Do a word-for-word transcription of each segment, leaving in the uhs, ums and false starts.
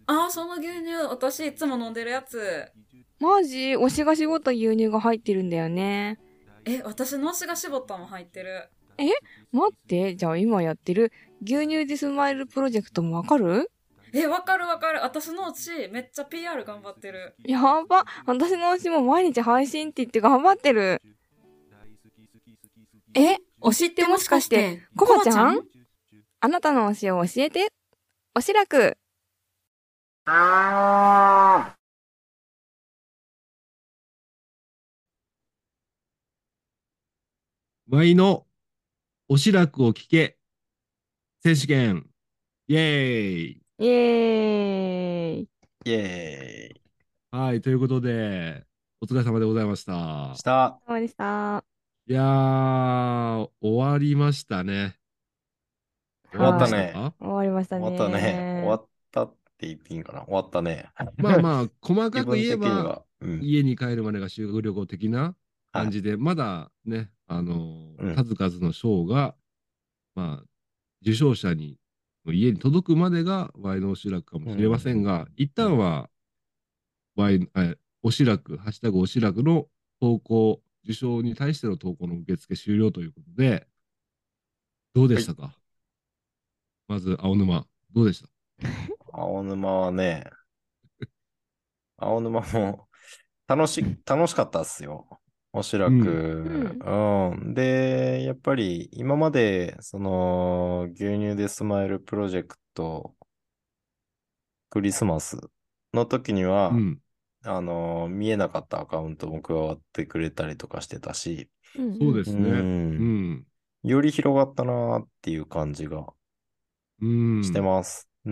ああ、その牛乳、私いつも飲んでるやつ。 マジ推しが絞った牛乳が入ってるんだよね。 え、私の推しが絞ったも入ってる。 え待って、じゃあ今やってる牛乳でスマイルプロジェクトもわかる？ え、わかるわかる。私の推し、めっちゃ ピーアール 頑張ってる。 やば。私の推しも毎日配信って言って頑張ってる。え推推しってもししってもしかして、 かして、 コバちゃん？ コバちゃん？ あなたの推しを教えて。おしらく。 ワイのおしらくを聞け選手権。イエーイ。 イエーイ。 イエーイ。 はい、ということで、お疲れ様でございました。 した。 そうでした。 いやー、終わりましたね。終終わっわりまはい。 たね。 したか？ 終わりました終わったね。終ね。 わったって言っていいんかな。終わったね。 まあまあ、細かく気分言えば、 的には。うん。 家に帰るまでが修学旅行的なはい。 感じで、まだね、あのうん。 数々の賞が、まあ、受賞者に、家に届くまでがワイのおしらくかもうん。 しれませんが、一うん。 旦はワイ、えおしらく、ハッシュタグおしらくの投稿、受賞に対しての投稿の受付終了ということで、どうではい。 したか？まず、青沼、どうでした？ 青沼はね、青沼も楽し、楽しかったっすよ。おそらうん、 く。 うん。 うん。で、やっぱり今まで、その、牛乳でスマイルプロジェクト、クリスマスの時には、 うん、 あの、見えなかったアカウントも加わってくれたりとかしてたし、 うんそうでうん。 うすね。うん。 ん、 より広がったなーっていう感じがうしてん。 ます。うん。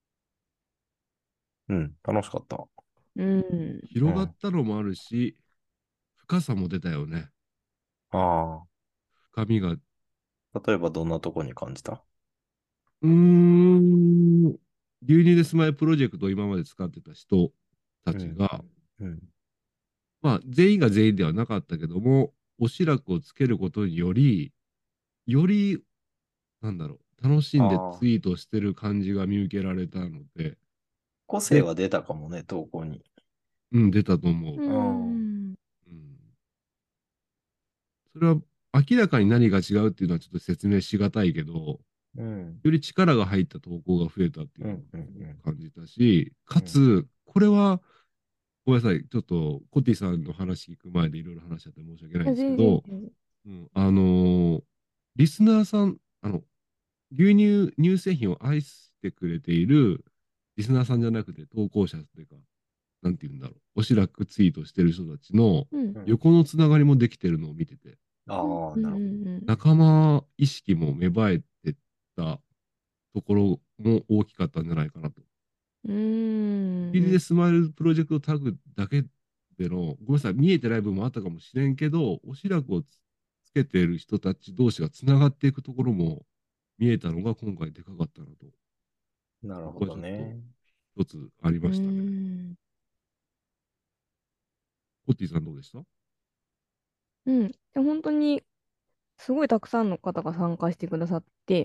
うん。楽しかった。 うん。 うん。 広がったのもあるし、深さも出たよね。 あ深みが。うあ。例えばどんなとこに感じた？ ーん、牛乳でスマイルプロジェクトを今まで使ってた人たうん。 ちが、 うん。 まあ、全員が全員ではなかったけども、おしらくをつけることにより、より、なんだろう、楽しんでああ。 ツイートしてる感じが見受けられたので、で、 個性は出たかもね、投稿に。 うん、出たと思う。 ううん。 ん。 うん、それは明らかに何が違うっていうのはちょっと説明しがたいけど、 うん。 より力が入った投稿が増えたっていうのをうん。うん。 すごうん。 く感じたし、 うん。 かつ、これは、ごめんなさい、ちょっとコティさんの話聞く前でいろいろ話しちゃって申し訳ないんですけ全然ど、 全然。 うん、あのーリスナーさん、あの、牛乳、乳製品を愛してくれているリスナーさんじゃなくて投稿者っていうか、なんて言うんだろう、おしらくツイートしてる人たちのうん。 うん。 横のつながりもできてるのを見てて、 うんああ、 うんうなるほど。 ん仲間意識も芽生えてったところも大きかったんじゃないかなと。 うん。うーん。 フィールでスマイルプロジェクトタグだけでの、ごめんなさい、見えてない部分もあったかもしれんけど、おしらくをつつけている人たち同士がつながっていくところも見えたのが今回でかかったなと、 なるほ僕はちょっとどね。 一つありうーましたね。 ん。 コッティさんどうでした？ うん。で、本当に、すごいたくさんの方が参加してくださって、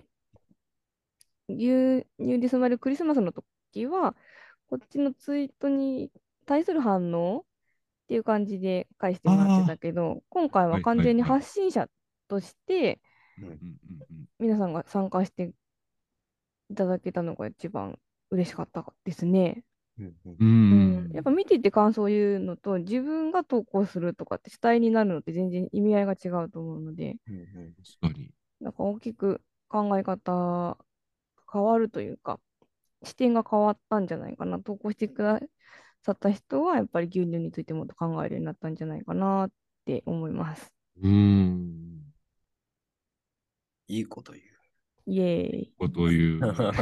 牛乳で染まるクリスマスの時は、こっちのツイートに対する反応っていう感じで返してもらってたあけど、今回あ、はいは完全にはいはい。 発信者として、 うんうんうん。 うんうん。 皆さんが参加していただけたのが一番嬉しかったですね。 うん。うん。 うーうん。やっぱん、 見てて感想を言うのと、自分が投稿するとかって主体になるのって全然意味合いが違うと思うので、 うん。うん。 確かに。 なんか大きく考え方変わるというか、視点が変わったんじゃないかな。投稿してくださった人は、やっぱり牛乳についてもっと考えるようになったんじゃないかなって思います。 うーん、 いいこと言イエーイ。 こと言う。 う。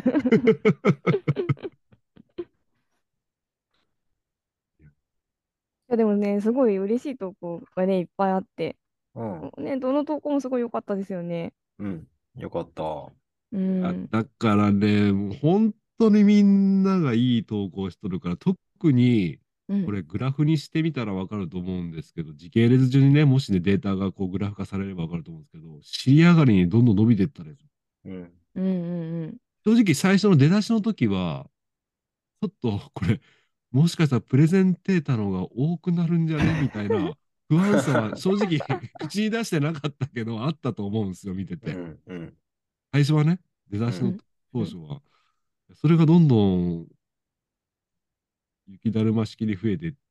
いやでもね、すごい嬉しい投稿がね、いっぱいあって、 うん。 ね、どの投稿もすごい良かったですよね。 うん。よかった。 うあ、 ん。 だからね、もう本当にみんながいい投稿しとるから、特にうん。 これグラフにしてみたらわかると思うんですけど、時系列順にね、もしね、データがこうグラフ化されればわかると思うんですけど、尻上がりにどんどん伸びていったらですよ。 うん。 うんうんうん。 正直最初の出だしの時は、 ょっとこれ、もしかしたらプレゼンテーターの方が多くなるんじゃねみたいな不安さは正直口に出してなかったけど、あったと思うんですよ、見てうて。 んうん最初はね、出だしのうん。 当初は。それがどんどん雪だるま式に増えていって、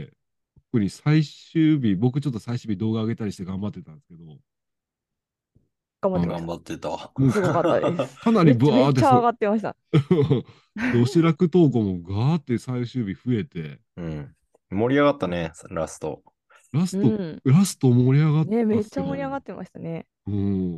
特に最終日、僕ちょっと最終日動画上げたりして頑張ってたんですけど、あの、 頑張ってました。 頑張ってた。 もうすごかったです。 かなりブめっちゃ、めワーってそ、 っちゃ上がってました。 で、おしらく投稿もガーって最終日増えて、 うん。盛り上がったね、ラスト。 ラスト、 うん。 ラスト盛り上がっね、めっちゃたっすよ。 盛り上がってましたね。 うん。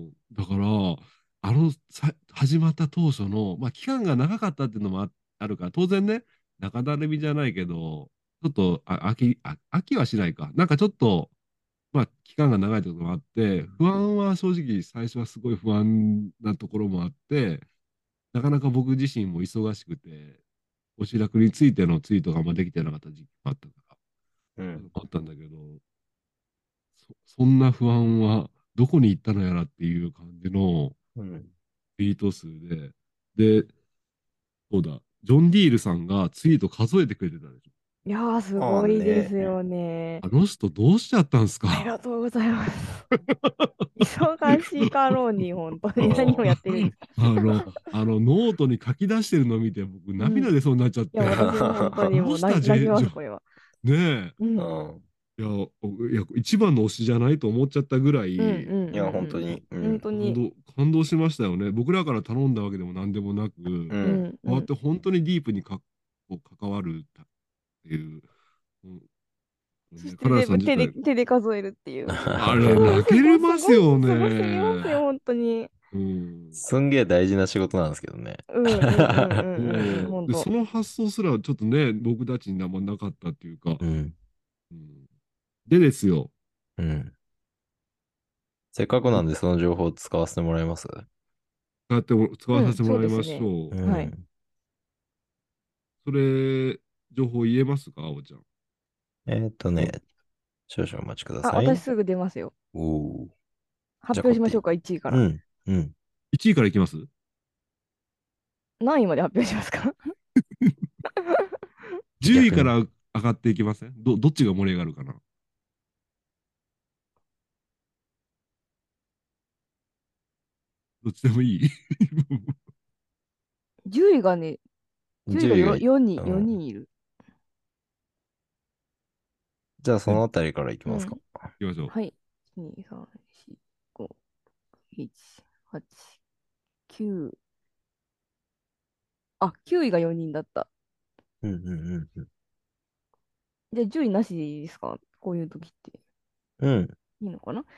だから、あのさ、始まった当初の、まあ、期間が長かったっていうのもあ、あるから、当然ね、中だるみじゃないけど、ちょっと、あ、飽き、あ、飽きはしないか。なんかちょっと、まあ、期間が長いところもあって、不安は正直、最初はすごい不安なところもあって、なかなか僕自身も忙しくて、お白くについてのツイートがあんまできてなかった時期もあったから、 う。 そういうんのもあったんだけど、そ、そんな不安はどこに行ったのやらっていう感じのうん。 ツイート数で、で、そうだ、ジョン・ディールさんがツイート数えてくれてたでしょ。 いやー、すああごいでね。 すよね。 あの人どうしちゃったんすありか？ がとうございます。忙しいかろうに、本当に何をやってるんですか。 あの、あの、ノートに書き出してるのを見て、僕、 うん。 涙出そうになっちゃっいや、 て。 私も本当にどもううしたジェ、 泣き泣きます、 ジョ、 これは。 ねう。 うんうんん。 え。いや、おいや、一番の推しじゃないと思っちゃったぐらうんい、 うんいや、 うん本当に。ううん。本ん。 当に。 感動、感動しましたよね。僕らから頼んだわけでも何でもなく、 う。 うんんうん。 こうやって本当にディープにか、こう関わるっていう、うんね、 そしてカラー全部手で、 さん自体、 手で数えるっていう。 あれ、 すごい、 泣けすごい、すごい、 ますよすごすぎますよ、 ね。 本当に。 うん。 すんげえ大事な仕事なんですけどね。 うんうんうんうんうんうん、 そう。で、 本当。 その発想すらちょっとね、僕たちにあんまなかったっていうか、 うん。 うん、でですよ、 うん。せっかくなんでその情報を使わせてもらえます？ 使っても、使わうん、そうさせてもらいですね。 ましょう。 うはい。 ん。 それ、情報言えますか、あおちゃん。 えーっとね、少々お待ちくだあ、 さい。 私すぐ出ますよ。 おー。じ発ゃあコピー。 表しましょうか、いちいから。 うん。うん。 いちいからいきます？ 何位まで発表しますか？ じゅう 位逆に。 から上がっていきません？ど、どっちが盛り上がるかな？どっちでもいい？ じゅう 位がね、じゅういが 10位がよいい。 よにん、 うん。 よにんいる。 じゃあそね、 のあたりからいきますか。 うん。 いきましょう。 はい。に、さん、よん、ご、いち、はち、きゅう。あ、きゅういがよにんだった。 うんうんうんじゃあじゅういなしですか？こういう時って。 うん。うん。 いいのかな？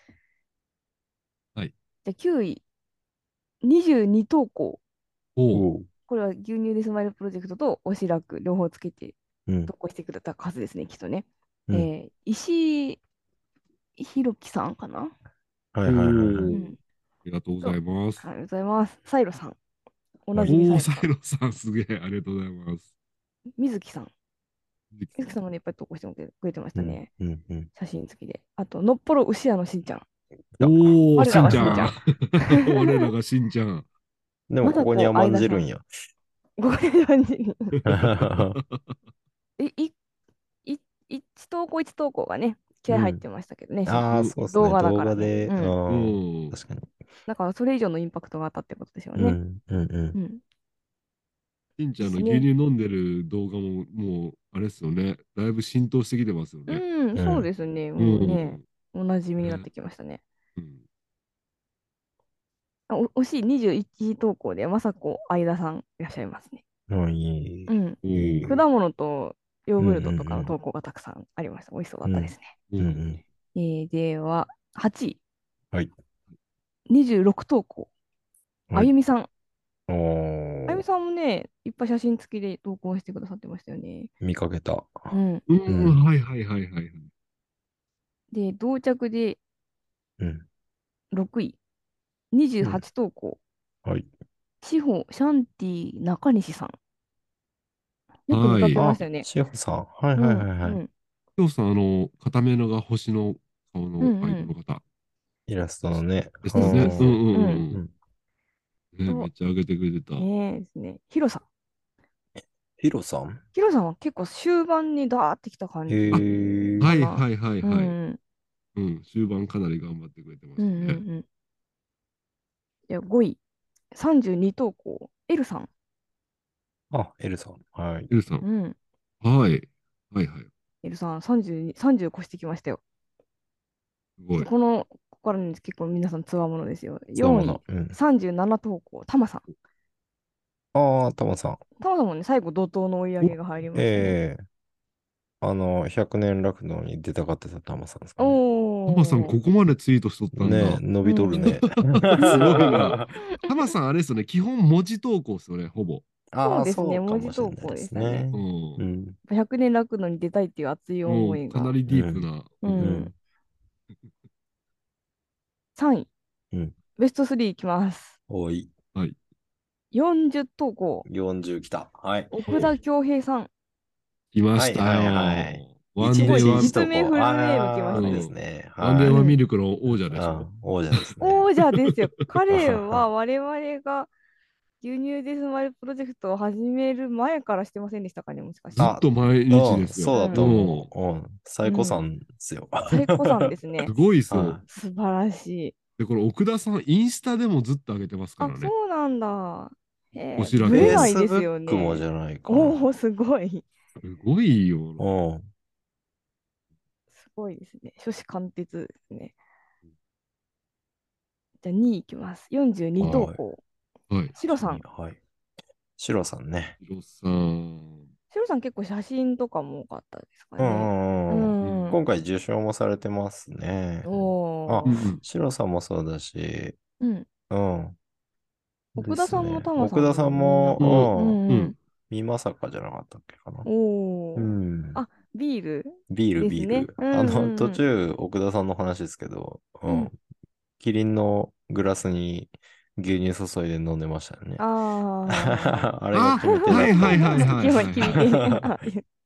はい。 じゃあきゅうい、にじゅうに投稿。 おう。 おう。 これは牛乳でスマイルプロジェクトとおしらく両方つけてうん。 投稿してくれた数ですね、きっとね。 うん。 えー、石井ひろきさんかな？ おはいはいはいはい。 うー。あん。 りがとうござと、 います。 ありがとうございます。サイロさん。おなはい。 じみおー、 サイロさん。 サイロさん、すげえ、ありがとうございます。 水木さん。 みずきさん。 水木さんもね、いっぱい投稿してくれてましうんたね。 うんうん。 写真付きで。あと、のっぽろ牛屋のしんちゃん。 あ、 おー、 我らしんちゃん。 がしんちゃん。 我らがしんちゃん。 でもまさこここに甘ん相田さん。 じるんや。 ごめんなさい。い、い、い、一投稿一投稿がね、気合入ってうん。 ましたけどね、しああ、 うん、 そうですね。 動画だ動からね。 画で、ううん。 ん。 うん。 確かに。 だからそれ以上のインパクトがあったってことでしょうね。 うんうんうん。 うん。 しんちゃんのですね。 牛乳飲んでる動画も、もう、あれですよね。だいぶ浸透してきてますよね。 うん、そううん。 ですね。 うもうね、 ん。 おなじみになっね。 てきましたね。 うん。 あ、お惜しいにじゅういち投稿で、まさこ相田さんいらっしゃいますね。 うん、いい。 うん。 おいい。 ー。 果物とヨーうんうグルトとかのん投稿がたくさんありました。美味しそうだうん。 ったですね。 ううんうん。 ん。 えー、では、はちい、 はい。 にじゅうろく投稿。 はい。 あゆみさん。 おー、 あゆみさんもね、いっぱい写真付きで投稿してくださってましたよね。 見かけた。 うん。 ううん、 ん。 はいはいはいはいはい。 で、同着でうん。 ろくい、28 うん。 投稿。 はい。 志保、シャンティ、中西さん。よく見かけはい。 まあ、 したよね。 志保さん。はいうん、 はいはいはい。 うん、 きょうさん、あの、片目のが星の顔うん、 のアイコンうん。 の方イラストのね。 ですよね。 ですです。 うんはうんうん。 うんうん。 うん。ね、めと、 っちゃ上げてくれてた。 ねえですね。ヒロさん。 ヒロさん。 ヒロさんは結構終盤にダーってきた感じへかえ。 はいな。 はいはいはい。 うんうん、終盤かなり頑張ってくれてまうんうんしたね。 うん。じゃあごい、さんじゅうに投稿、L さん。 あ、エルさん。はい。 エルさん。 うん。 はい。はいはい。 L さんさんじゅうに、さんじゅう越してきましたよ。 すごい。 この、ここからね結構皆さんつわものですよ。4位、 そうなの。うん。 さんじゅうなな投稿、タマさん。 ああ、タマさん。 タマさんもね、最後怒涛の追い上げが入りましたね。 ええあの、ひゃくねん酪農に出たがってたタマさんですかね。 おタマさん、こー。 こまでツイートしとったんねえ、 だ。 伸びとるね。 すごいな。タマさん、あれですよね。基本文字投稿ですよね、ほぼ。 ああ、 そうですね、 そうか文字もしれないで投稿でしたすね。 ね。 うん。 うん。 ひゃくねん酪農に出たいっていう熱いもう、 思いが。 かなりディープな。 う。 うんん。 さんい、 うん。 ベストスリーいきます。 おい。 はい。 よんじゅう投稿、 よんじゅうきた。はい。 奥田恭平さん。 来ましたはいはいはいよ。ワン一日デーワン、 一投稿。 実名フルネーム来まああ、いいしたね。 ですね。 ワンデーはい。 ワンミルクの王者でしょ。 うん、王者ですね。 王者ですよ。彼は我々が牛乳デスマイルプロジェクトを始める前からしてませんでしたかね、もしかして。 ずっと毎日うん、 ですよ。 そうだと思う。うん。最高さんですよ。 最高さんですねす。ごいっすよは。 素晴らしい。 で、これ、奥田さん、インスタでもずっと上げてますかあ、 らね。 そうなんだ。へえ、 お知らせぶれないフェイスですよブックもじね。 ゃないかな。 おお、すごい。 すごいよ。 うん。 すごいですね。初志貫徹ですね。じゃあにいいきます。よんじゅうに投稿。 はい。 シロさん。 はい。シロさんね。 ヒロさん。 シロさん結構写真とかも多かったですかね。 うんうんうん。 うん。 今回受賞もされてますね。あおー。 うんうん。 シロさんもそうだし、 うん。 うん。 奥田さんもですねタマさん奥田さんもみんな。 も、うん。 うんうん。 みまさかじゃなかったっけかな。うおー。 ん。 あ、ビールビール、 ですね。 ビール。 うんあの、 うんうん。 途中、奥田さんの話ですけど、ううんん。キリンのグラスに牛乳注いで飲んでましたよね。 ああれが決め手だったはいはいはいあ。 はいはい決ま決めて。あ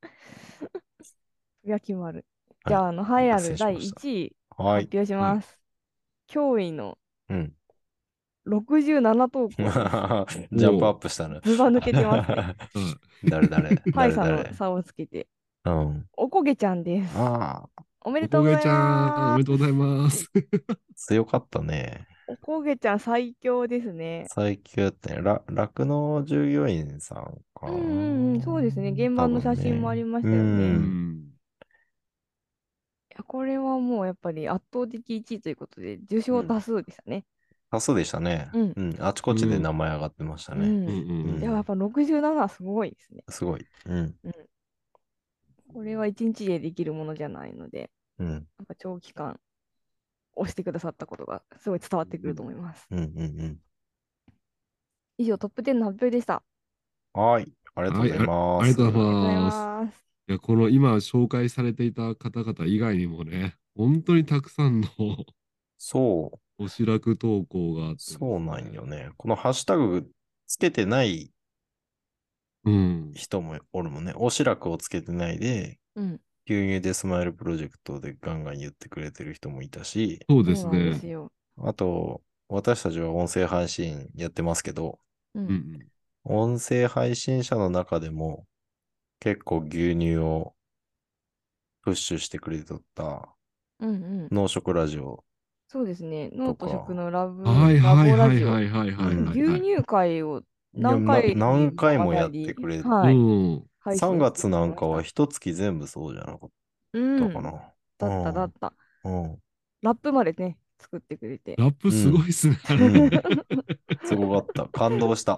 それは決まる。じゃあ、あの、栄えあるだいいちいはい。 発表します。驚異のうん。 ろくじゅうなな投稿です。 ジャンプアップしたね。 ずば抜けてますね。 はい誰誰大誰誰差の差をつけて。 うん。 おこげちゃんです。 ああ、 おめでおこげちとうございゃん、おます。 めでとうございます。 強かったね。 おこげちゃん最強ですね。 最強ってね、ら酪農従業員さんかな。 うんうんうん、そうですね。現場の写真もありましたよね。 多分ねううんん。 いや、これはもうやっぱり圧倒的いちいということで、受賞多数でしたね。 多数でしたね。 うんうん。あちこちで名前上がってましたね。 うん。 うんうんでもやっぱろくじゅうななはすごいですね。 すごい。うん。 これはいちにちでできるものじゃないので、 うん。 やっぱ長期間押してくださったことがすごい伝わってくると思います。 うん。うん。うん。 以上、トップじゅうの発表でした。 はい。ありがとうございます。 はいあありがとうございありがとうございます。 ます。 いや、この今紹介されていた方々以外にもね、本当にたくさんのそう。 おしらく投稿があってですね、 そうなんよね。このハッシュタグつけてないうん。 人もおるもんね。おしらくをつけてないで、 うん。 牛乳でスマイルプロジェクトでガンガン言ってくれてる人もいたし、 そうですそうなんですね。 よ。 あと、私たちは音声配信やってますけど、 う。 うんん音声配信者の中でも結構牛乳をプッシュしてくれとったうんうん。 農食ラジオ。 そうですね。脳と食のラブ、 うん。はいラはいはいボラジオ。 はいはいはいうんはいはい。 牛乳会をいや何回な何回もやっ上がりてくれる。 はい。 うん。 3 配信して月なんかはくれ一月全部そうじゃなかっましたうん。 たかな。 だっただった。 うん。うん。 ラップまでね、作ってくれて。 ラップすごいっすね。 うんすごかった。感動した。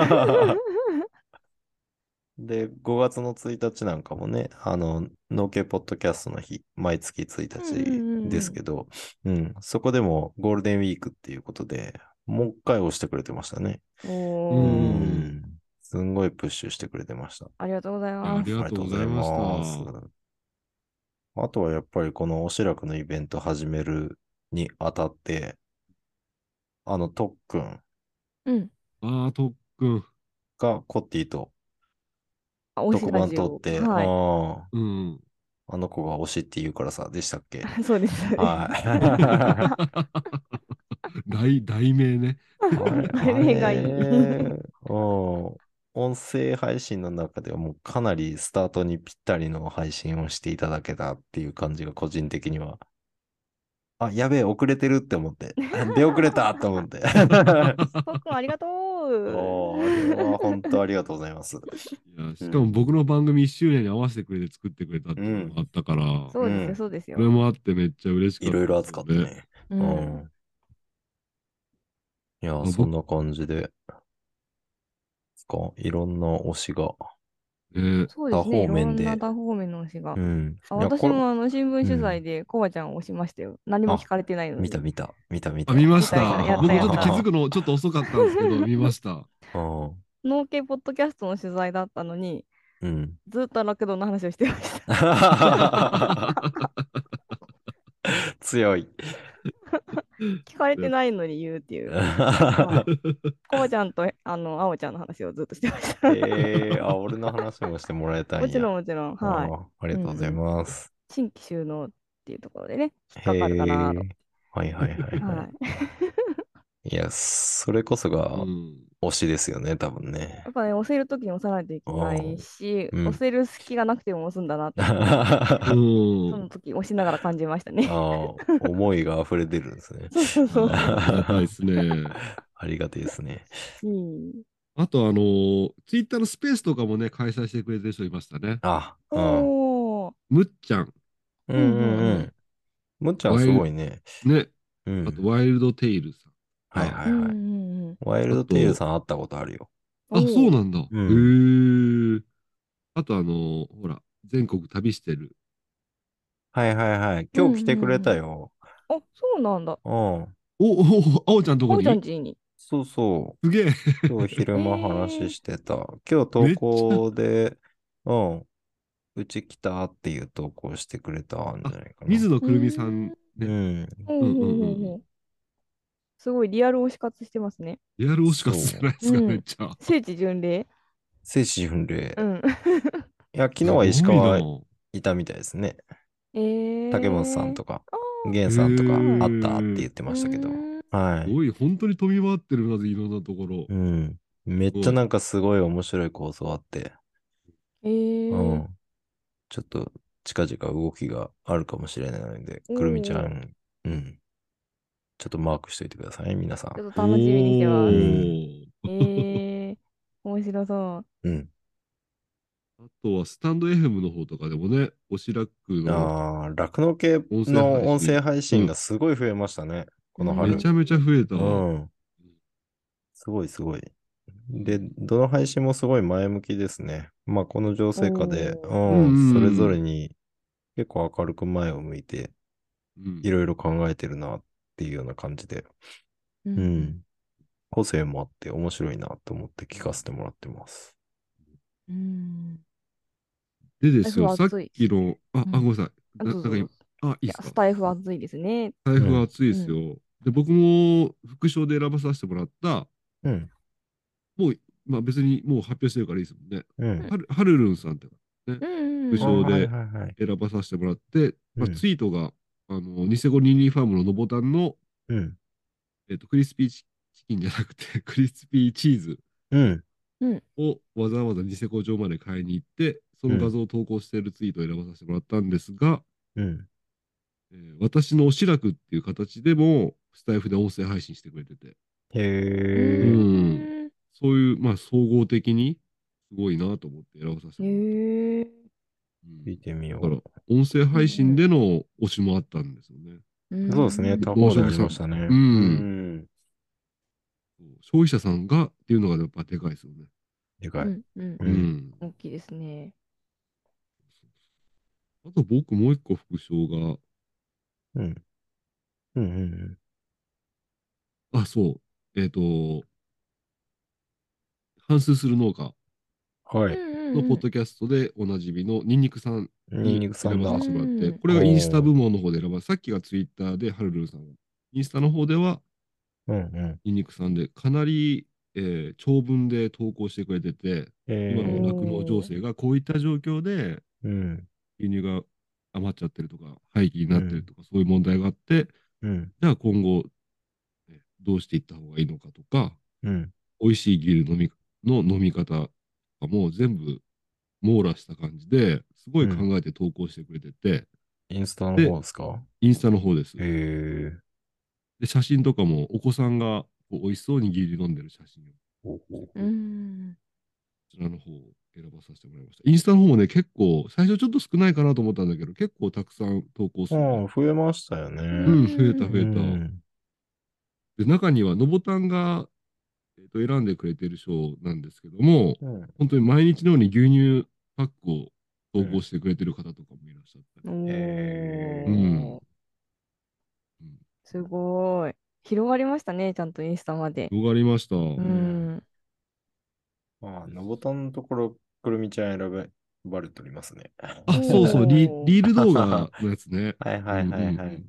で、ごがつのついたちなんかもね、あの、農系ポッドキャストの日、毎月ついたちですけど、うん、そこでもゴールデンウィークっていうことで、もう一回押してくれてましたね。 おううー、 ん。すんごいプッシュしてくれてました。 ありがとうございあます。 りがとうございました。 あとはやっぱりこのおしらくのイベント始めるにあたって、あの、特訓うん。 ああ、特訓。 がコッティとあ、推し特番ラジオ。 取って、 はああうん。 あの子が推しって言うからさ、でしたっけ？ い。そうです。そうですはい。 題、題名ね。 あれ、 あれがいいあれうん。音音声配信の中ではもうかなりスタートにぴったりの配信をしていただけたっていう感じが個人的には。あ、やべえ、遅れてるって思って。出遅れたと思って。 ストックンありがとおー、あう。 れは本当ありがとうございます。 いや、しかも僕の番組いっしゅうねんに合わせてくれて作ってくれたっていうのもあったから、 そうですよ、 うんそうですそれよ。 もあってめっちゃ嬉しかったいろいろですよね。 熱かったね。 う。 うんん。いや、 まあ僕そんな感じで、か、いろんな推しが、 ね、 多そうですね。いろん方面で。 な多方面の推しがう。ん。 あ、 いや、これ、 私もあの新聞取うん。 材でコバちゃんを推しましたよ。何も聞かれてないの見たに。 見た、見た見あ、 た。 見まし見た見たやた。 ったやった僕ちょっと気づくのちょっと遅かったんですけど、見ました。 うん。 農系ポッドキャストの取材だったのに、 うん。 ずっとラクドの話をしてました。 強い。 聞かれてないのに言うっていう。はいコバちゃんとあの、あおちゃんの話をずっとしてました。 えー、あ、俺の話もしてもらえたんや。 もちろんもちろん。はい。 あーありがとうございます。 新規収納っていうところでね、引っへかかるかなと。 え。はいはいはいは。 はいいや、それこそうがん。 推しですよね、多分ねや。っぱね、押せるときに押さないといけないし、 うん押せる隙がなくても押すんだなっていうのを、 うん。 その時押しながら感じましたね。 ああ、思いが溢れ出るんですね。 そうそうそう。 ありがたいですね。 ありがたいですね。 うんあと、あの、ツイッターのスペースとかもね、開催してくれてる人いましたね。 あ、うん。 おー。 むっちゃん、 うんうんううんん。むっちゃんすごいね。 ね。 うん。 あと、ワイルドテイルさん。 はいはいはい。 うんうんうん。 ワイルドテイルさん会ったことあるよ。 あ、そうんなんだ。へうんえ。あと、あの、ほら、全国旅してる。 はいはいはい。今日来てくれたよ。 あ、そうなんだ。 うん。 お、お、あおちゃんとこあおちゃんに家に。 そうそう。 すげえ。 今日昼間話してた。今日投めっちゃ、 稿で、うん。うち来たっていう投稿してくれたんじあ、 ゃないかな。 水野くるみさうんんうね。 ん。 ほうほううんうんうんうん。 ほうほう。すごいリアル推し活してますね。 リアル推し活じゃないですか、 うんめっちゃ。 聖地巡礼。 聖地巡礼。 うん。 いや、昨日すごは石いな。 川いたみたいですね。 えー。 竹本さんとか、 あへ源さんとかえ。 あったって言ってーましたけど。 うーんはい。 すごい、本当に飛び回ってるなぜいろんなところ。 うん。めっちすごい。 ゃなんかすごい面白い構想あって、 えうー。 ん。ちょっと近々動きがあるかもしれないので、 おーくるみちゃん、うん。ちょっとマークしといてください、皆さちん。 ょっと楽しみにしておます。 ー。 えー。面白そうん。 あとは、スタンド エフエム の方とかでもね、おしらくのああ、酪農系音声の音配信。 声配信がうん。 すごい増えましたね。このうん春。 めちゃめちゃ増えた。 うん。すごいすごい。で、どの配信もすごい前向きですね。まあ、この情う。 勢下で、 おーうんうん、それうんうん。 ぞれに結構明るく前を向いて、 うんいろいろ考えてるなっていうような感じで、 ううんん。個性もあって面白いなと思って聞かせてもらってます。 うんでですよ、さっスタイフは熱いきの、あ、あ、 うんごめんなさい。 あな、なんか今、 どうぞどうぞ。 あ、いいや、 いですか。 スタイフ熱いですね。 財布はうん熱いですよ。で、僕も副賞で選ばさせてもらった、 うん。 もう、まあ別にもう発表してるからいいですもんね。 うん。 はる、はるるんさんってね、 うんうん副あはい賞ではいはい。 選ばさせてもらって、まあ、 うんツイートが、あの、ニセコニーニーファームののボタンの、 うん。 えっと、クリスピーチチキンじゃなくて、クリスピーチーズうん。 うんをわざわざニセコ上まで買いに行って、その画像を投稿しているツイートを選ばさせてもらったんですが、 うん。 えー私のおしらくっていう形でも、スタイフで音声配信してくれてて、 うへえ。 うんんそういう、まあ、総合的にすごいなと思って選ばさせてもらった。 へえ。 うん聞いてみよだから、 う。 音声配信での推しもあったんですよね。 そうですね。多方であり農食さん、 ましたね。 う。 うんん。 消費者さんがっていうのがやっぱでかいですよね。 でかい。 うんうんう。 うんん。 大きいですね。 あと僕もう一個副賞が、 うん。うん。うん。 あ、そう。えっと、反数する農家はい。 うんうんのポッうんドキャストでおなじみのニンニクさんニンニに選ばクさんだ。 させてもらって、 うんこれがインスタおー部門の方で選ばれ、さっきがツイッターでハルルルさんが、インスタの方ではうんうん。 ニンニクさんで、かなり、えー長文で投稿してくれてて、今のえー、 酪農情勢がこういった状況でうん。 輸入が余っちゃってるとか、廃棄になってるとか、そういう問題があって、 うん。 じゃあ今後、えどうしていった方がいいのかとか、 うん。 美味しいギール飲みの飲み方、 かも全部網羅した感じですごい考えて投稿してくれてて、 インスタので、 方ですか？ インスタの方です。 へえ。 で、写真とかもお子さんがこう美味しそうに牛乳飲んでる写真をほうほううーん。 こちらの方を選ばさせてもらいました。インスタの方もね、結構、最初ちょっと少ないかなと思ったんだけど、結構たくさん投稿数が。 うん、増えましたようね。 ん、増えたう増えた。 ん。 で、中には、のぼたんが、えーと選んでくれている賞なんですけども、 うん。 本当に毎日のように牛乳パックを投うん稿してくれてる方とかもいらっしゃったり。 おへうー。 ん。うんすごい。広がりましたね、ちゃんとインスタまで。 広がりました。 ううんん。 まあ、のぼたんのところ、くるみちゃん選ばれておりますね。 あ、そうそう、リ、 おーリール動画のやつね。 はいはいはいはい。 うんうんうん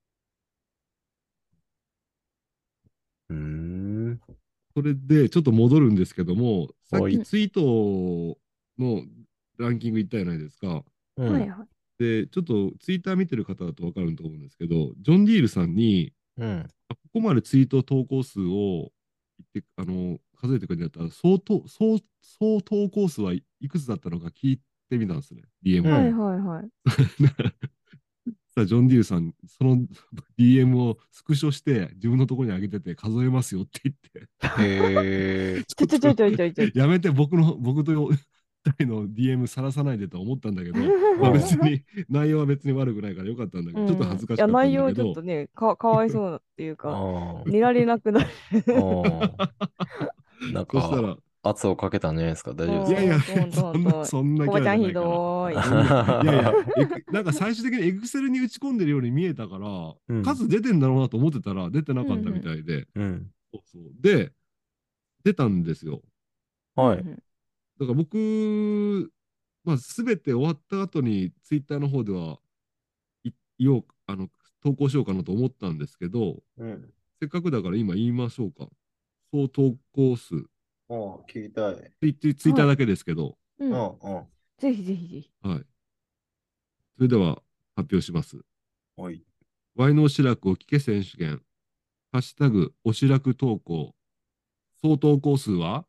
うーん。 それで、ちょっと戻るんですけども、さっはい。 きツイートのランキング言ったじゃないですか。 うん。 はいはい。 で、ちょっとツイッター見てる方だと分かると思うんですけど、ジョン・ディールさんに、 うん。 あここまでツイート投稿数を言って、あの、数えてくれてたら、総と、総、総投稿数はいくつだったのか聞いてみたんですね。ディーエム を。 うんはいはいはい。 さあ、ジョン・ディールさん、その ディーエム をスクショして自分のところに上げてて数えますよって言って、 へえ。 ちょちょちょちょちょちょ。 やめて僕の、僕と二人の ディーエム さらさないでとは思ったんだけど、まあ、 うん別に内容は別に悪くないからよかったんだけど、ちょっと恥ずかいや、 しかったん内容ちょっだけど、 とね、か、かわいそうなっていうあか、 あ。 寝られなくなる。 ああ。なんか、 そしたら、 圧をかけたんじゃないですか。大丈夫いやいや、 ほんとほんとほんそんな、 と。 そんなキャコバちゃんひラじゃないから。 どーい。 そんないやいや、エクなんか最終的にエクセルに打ち込んでるように見えたから、 うん数出てんだろうなと思ってたら、出てなかったみたいで、 うん。 そうそう。で、出たんですよ。 はい。 うんうんだから僕、まあ、すべて終わった後に、ツイッターの方では、い言おう、あの、投稿しようかなと思ったんですけど、 うん。 せっかくだから今言いましょうか。総投稿数、 ああ、聞きたい。 ツイツイツイッターだけですけど、 うん。 うんうん。 ぜひぜひぜひ。 はい。それでは発表します。 はい。 ワイのおしらくを聞け選手権、ハッシュタグ、おしらく投稿、総投稿数は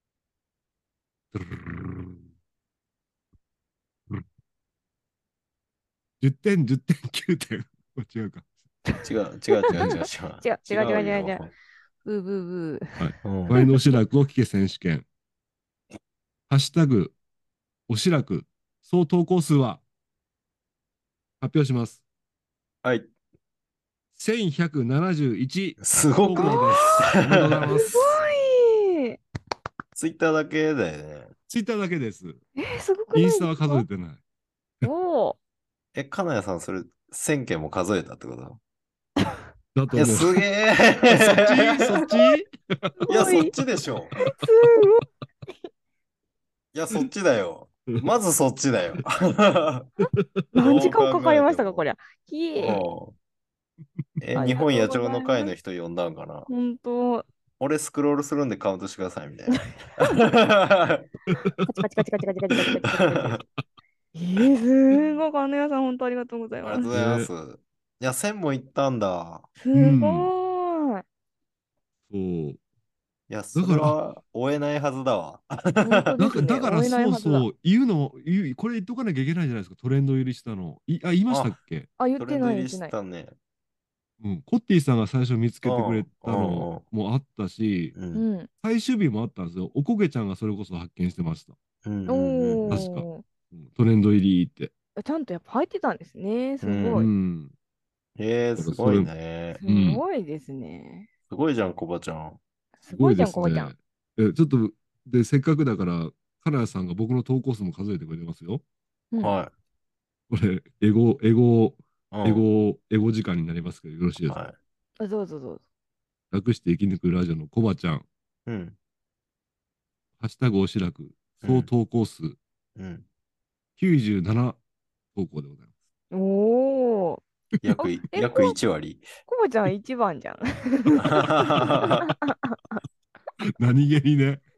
じゅってん、じゅってん、きゅうてん。違うか。 違う、違う、違う、違う、違う。 違う違う違う違う違うよ。 ブーブーブー。 はい。 うんワイのおしらくを聞け選手権、ハッシュタグ、おしらく、総投稿数は発表します。 はい。 せんひゃくななじゅういちすごく投稿です。おめでとうございますす。ごい。 ツイッターだけだよね。 ツイッターだけです。 えー、すごくないですか？ インスタは数えてない。 おー。 え、金谷さん、それ、せんけんも数えたってこといや、 だと思う。 すげえそっちそっちいや、 すごいそっちでしょ。 すごい。 いや、そっちだよ。まずそっちだよ。 何時間かかりましたか、 どう考こりゃ。ひえ。 うんえ、 あり日本がとうございます野鳥の会の人呼んだんかな。 ほんと。 俺スクロールするんでカウントしてくださいみたいな。 カチカチカチカチカチカチカチカチカチカチ。えー、すごい。金谷さん、本当ありがとうございありがとうます。 ございます。いや、せんも行ったんだ。 すごい。 そう。 いや、それだからは追えないはずだわ。 本当ですね。 だかだから追えないそうはずだ。 そう、言うの、言う、これ言っとかなきゃいけないじゃないですか、トレンド入りしたの。い、あ、言いましたっけ？ あ、言っトてレンド入りしない言ってない。 たね。 うん。コッティさんが最初見つけてくれたうんのもあったし、 う。 うんん。 最終日もあったんですよ。おこげちゃんがそれこそ発見してました。 うんうんおうん確かー。 うんトレンド入りって。 ちゃんとやっぱ入ってたんですね。すうごい。 ん。 えー、すごいね。 すごいですね。 すごいじゃん、コバちゃん。 すごいじゃん、 すこばちゃん。 え、ちょっと、で、せっかくだから、金谷さんが僕の投稿数も数えてくれてますよ。 うんはこれ、エゴ、エゴ、 い。うんエゴ、エゴ時間になりますけど、よろしいですか？ はあどうぞどうぞ。 楽して生き抜くラジオのコバちゃん、 い。うん。 ハッシュタグおしらく、総投稿数うん。 きゅうじゅうなな投稿でございます。 おー。 約い、約いち割。 こばちゃん一番じゃん。 何気にね。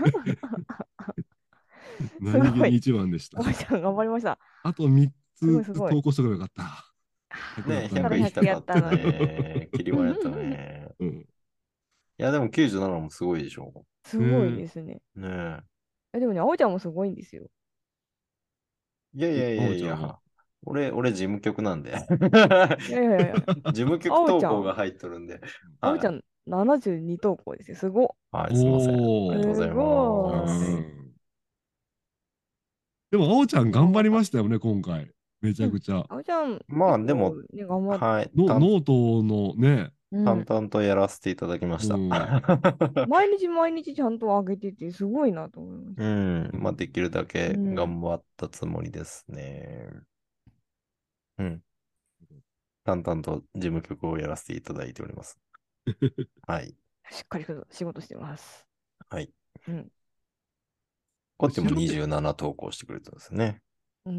何気に一番でしたこ。ばちゃん頑張りました。 あとみっつすごいすごい投稿しておけばよかった。 ね、 ひゃくだったからのにひゃく行きたかったひゃくやったのね。切り前やったね。 うん。 いや、でもきゅうじゅうななもすごいでしょ。 すごいですね。 ねえ。 えでもね、あおちゃんもすごいんですよ。 いやいやいやいあおちゃんはや、俺、俺事務局なんで。 いやいやいやいや、 事務あ局投おちゃん、 稿が入っとるんで。はい。 あおちゃんななじゅうに投稿ですよ。すごっ。 はい、すいません。ありがとうございすごうます。 い。 ん。でも、あおちゃん頑張りましたよね、今回。めちうん。 ゃくちゃ。 あおちゃん、 まあ、 結でも、 構ね、頑張っ、 はい、 の、 淡ノートのね、 うん。 淡々とやらせていただきましうた。 ん。 毎日毎日ちゃんと上げてて、すごいなと思いましうた。 ん、まあ、できるだけうん。 頑張ったつもりですね。うん、淡々と事務局をやらせていただいております。はい。 しっかりと仕事してます。 はい。 うん。 こっちも後ろでにじゅうなな投稿してくれたんですね。 うん。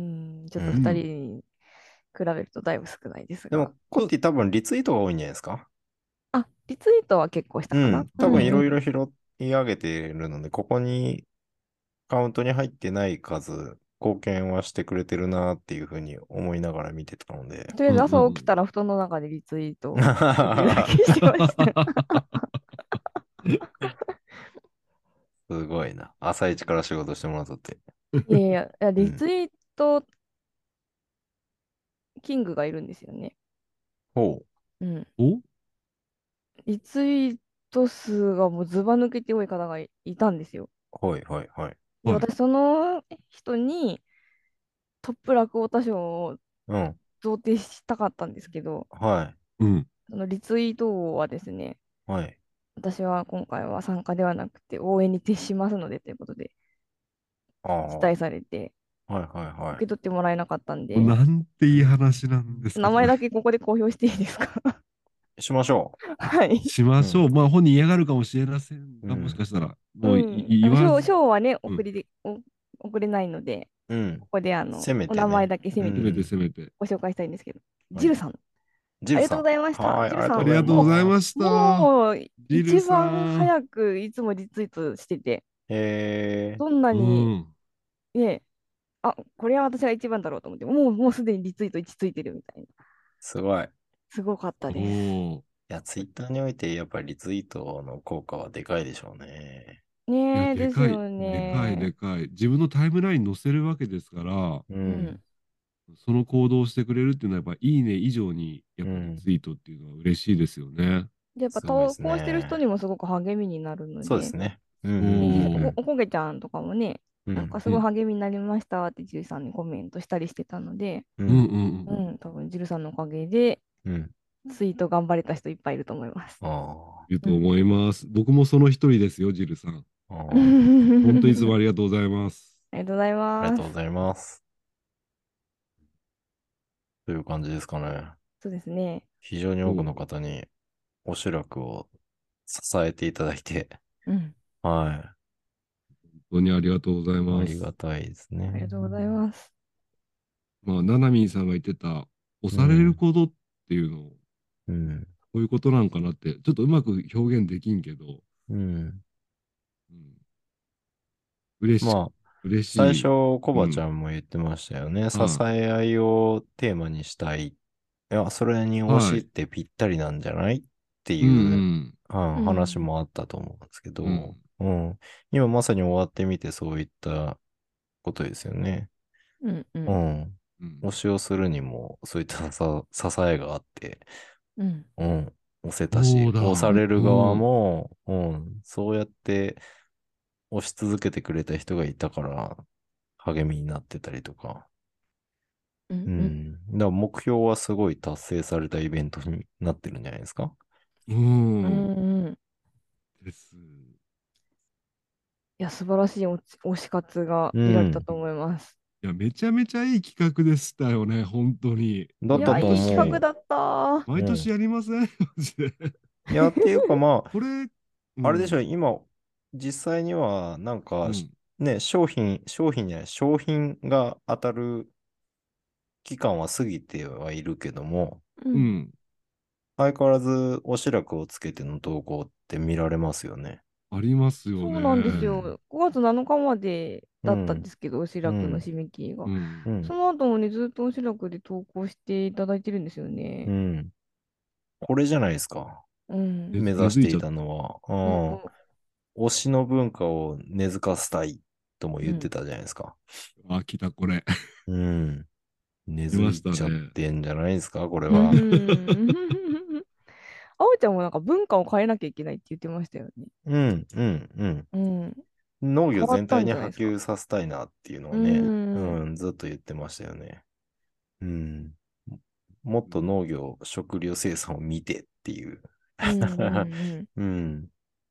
ちょっとうんふたりに比べるとだいぶ少ないですが。 でも、コッティ多分リツイートが多いんじゃないですか。 あ、リツイートは結構したかな。 うん。多分いろいろ。 ろ拾い上げてるので、ここにカウントに入ってない数、貢献はしてくれてるなっていうふうに思いながら見てたので。 とりあえず朝うんうん起きたら布団の中でリツイートをできるだけしてました。 すごいな。朝一から仕事してもらったって。 いやいや、いやうんリツイートキングがいるんですよね。 ほうん。 おリツイート数がもうずば抜けて多い方がいいたんですよ。 う。はいはいはい。 で、 はい。 私、その人にトップ落語大賞をうん。 贈呈したかったんですけど、 はい。 うん。 そのリツイート王はですね、 はい。 私は今回は参加ではなくて応援に徹しますのでということでああ。 辞退はいされて、 はい受はい。 け取ってもらえなかったんで、 なんていい話なんですか、 名前それ。 だけここで公表していいですか？ しましょはい。 しましょう。まあ、本人嫌がるかもしれませんが、 うんもしかしたら、 うもういん。あの賞、 言わず、 賞はね、 うん。 送りで、お送れないので、 う。うん。 ここであの、 せめてお名前ね。 だけせめてせめてうん。 せめて。 ご紹介したいんですけど、 はいジルさん、 ジルさん。 ありがとうございました。 はい。ありがとうジルさん、 ありがとうごもざいます。 う、 した。 もう、 ジル一さん。 番早くいつもリツイートしてて、 えどんなうに、 ん。 ね、あ、これは私が一番だろうと思って、もう、もうすでにリツイートいちついてるみたいな。 すごい。いすごかったおです。 ー。 や、ツイッターにおいてやっぱりリツイートの効果はでかいでしょうね。 いや、 ねえ、 でかい、 ですよでかい、 ね。 でかい。自分のタイムラインに載せるわけですから、 う。 うんん。 その行動をしてくれるっていうのは、やっぱいいね以上に、やっぱうんリツイートっていうのは嬉しいですよね。 で、やっぱすごいです投稿してる人ね。 にもすごく励みになるので、 そうですね。うんおうんね、おこ、 ー。 おこげちゃんとかもね、 うん。 なんかすごいうん励みになりましたってジルさんにコメントしたりしてたので、 うん。 うんううんうん。 うんん、多分ジルさんのおかげでうん。 ツイート頑張れた人いっぱいいると思います。 あいると思います。僕もその一人ですよ、ジルさん。 あ。ああ。 あ本当にいつもありりがとうございます。 がとうございありがます。 とうございます。という感じですかね。 そうですね。 非常に多くの方におしらくを支えていただいて、 うん、 は本当にありがとうございい。あます。 りがたいですありね。 がとうございます。 まあ、ななみんさんが言ってた、押されることっていうのを、 うん。 こういうことなんかなって、ちょっとうまく表現できんけど、 うん。 うん、嬉し、 まあ、 嬉しい。 最初、コバちゃうん。 んも言ってましたよね。支はえ合いをテーマにしたい。いや、それにい。 推しっはい。 てぴったりなんじゃないってういう、 んうんうん話もあったと思うんですけど、 うん。 うん。今まさに終わってみてそういったことですよね。 うんう。 うんん。 うん。 推しをするにも、そういったさ支えがあって、 うんうん。押せたし、 そうだ。 押される側うん。 も、うん。そうやって押し続けてくれた人がいたから、励みになってたりとか。 うんうん。 うん。だから目標はすごい達成されたイベントになってるんじゃないですか。 う。 うんんうん。 です。 いや、素晴らしい推し推し活がう見られたん。 と思います。 いや、めちゃめちゃいい企画でしたよね、本当に。 いや、 だったといい企画思だった。 う。うん。 毎年やりませんマジで。 いや、っていうかまこれ、うあ、あれでしょ、 ん。 今、実際には、なんか、しうん。 ね、商品、商品じゃない、商品が当たる期間は過ぎてはいるけども、 うん。 うん。 相変わらずおしらくをつけての投稿って見られますよね。 ありますよそうなんですね。 よ。ごがつなのかまでだったんうん。 ですけど、おしうらくのん。 締め切りが。 うんう。ん。 その後もね、ずっとおしらくで投稿していただいてるんですようね。 ん。これじゃないですか。 うん。 根目付根付いちゃっ指していたのは、 うんうん。推しの文化を根付かせたいとも言ってたじゃないですか。 あ、来た、これ。 うん。根来付いましたね。 ちゃってんじゃないですか、これうは。 ん。あおちゃんもなんか文化を変えなきゃいけないって言ってましたよね。 うん、うん、 うん。 うん。農業変わった全体に波んじゃないですか。 及させたいなっていうのうをね、 ん。 うん、ずっと言ってましたよね。うん。もっと農業、食料生産を見てっていう。 うんうんうん。 うん。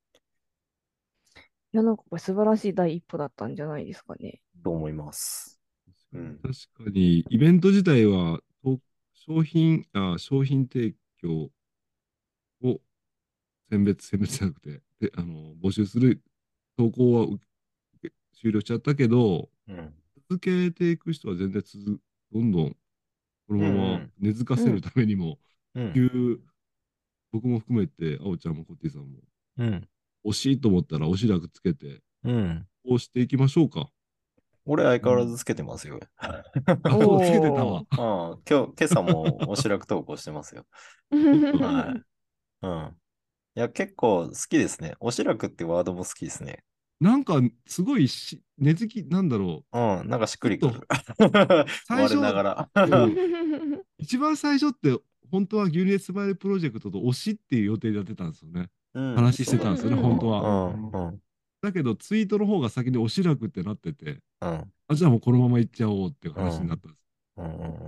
いや、なんかこれ素晴らしい第一歩だったんじゃないですかね。 と思います。うん。 確かに、イベント自体は、と商品、あ、商品提供を選別、選別じゃなくて、で、あの、募集する投稿は受け終了しちゃったけど、 うん。 続けていく人は全然続、どんどんこうんのまま根付かせるためにも、 うん。 普及、僕も含めて、あおちゃんもコッティさんも、 うん。 惜しいと思ったら、おしらくつけて、 うん。 こうしていきましょうか。 俺相変わらずつけてますよ。 あ、そう、つけてたわ。 おー。 ああ、今日、今朝もおしらく投稿してますよ。 おっと、 はい。うん。いや、結構好きですね。おしらくってワードも好きですね。 なんか、すごいし、根付き、なんだろうん。なんかしっう。ちょっと、 くりくる。 最初、 我ながうら。 ん、一番最初って、本当は牛乳スマイルプロジェクトと推しっていう予定でやってたんですよね。 うん。 話しそうだね。 てたんですよね、本当は。 うん。うん。 だけど、ツイートの方が先におしらくってなってて、 うん。 あ、じゃあもうこのまま行っちゃおうっていううん。 話になったんです。 うん。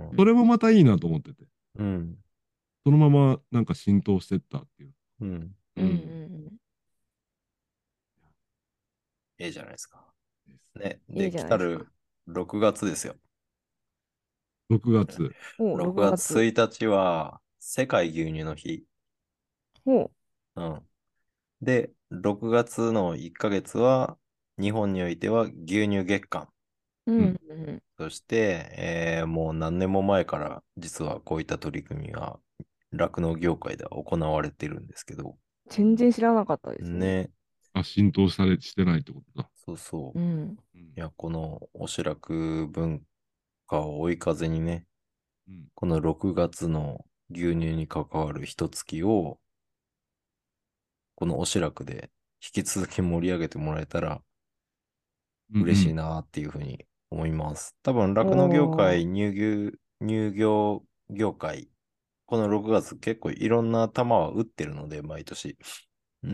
それもまたいいなと思ってて、 うん。 そのままなんか浸透してったっていう。 うん。 ううんん。 いいじゃないですか。 ですね。 うん。いいで、 じゃないですか。 来たるろくがつですよ。 ろくがつ。 おう、 6 6 月月。 ついたちは世界牛乳の日。 おう。 うん。で、ろくがつのいっかげつは日本においては牛乳月間。 うんうん。 うん。 そして、えーもう何年も前から実はこういった取り組みが酪農業界では行われてるんですけど、 全然知らなかったですね。 ね、 あ、浸透され、してないってことだ。 そうそう。いうん。 うん。 や、このおしらく文化を追い風にね、 うん。 このろくがつの牛乳に関わる一月を、このおしらくで引き続き盛り上げてもらえたらうん。う嬉しいん。 なっていうふうに思います。多分、酪農業おー。 界、乳牛、乳業業界、このろくがつ結構いろんな球は打ってるので、毎年。うん。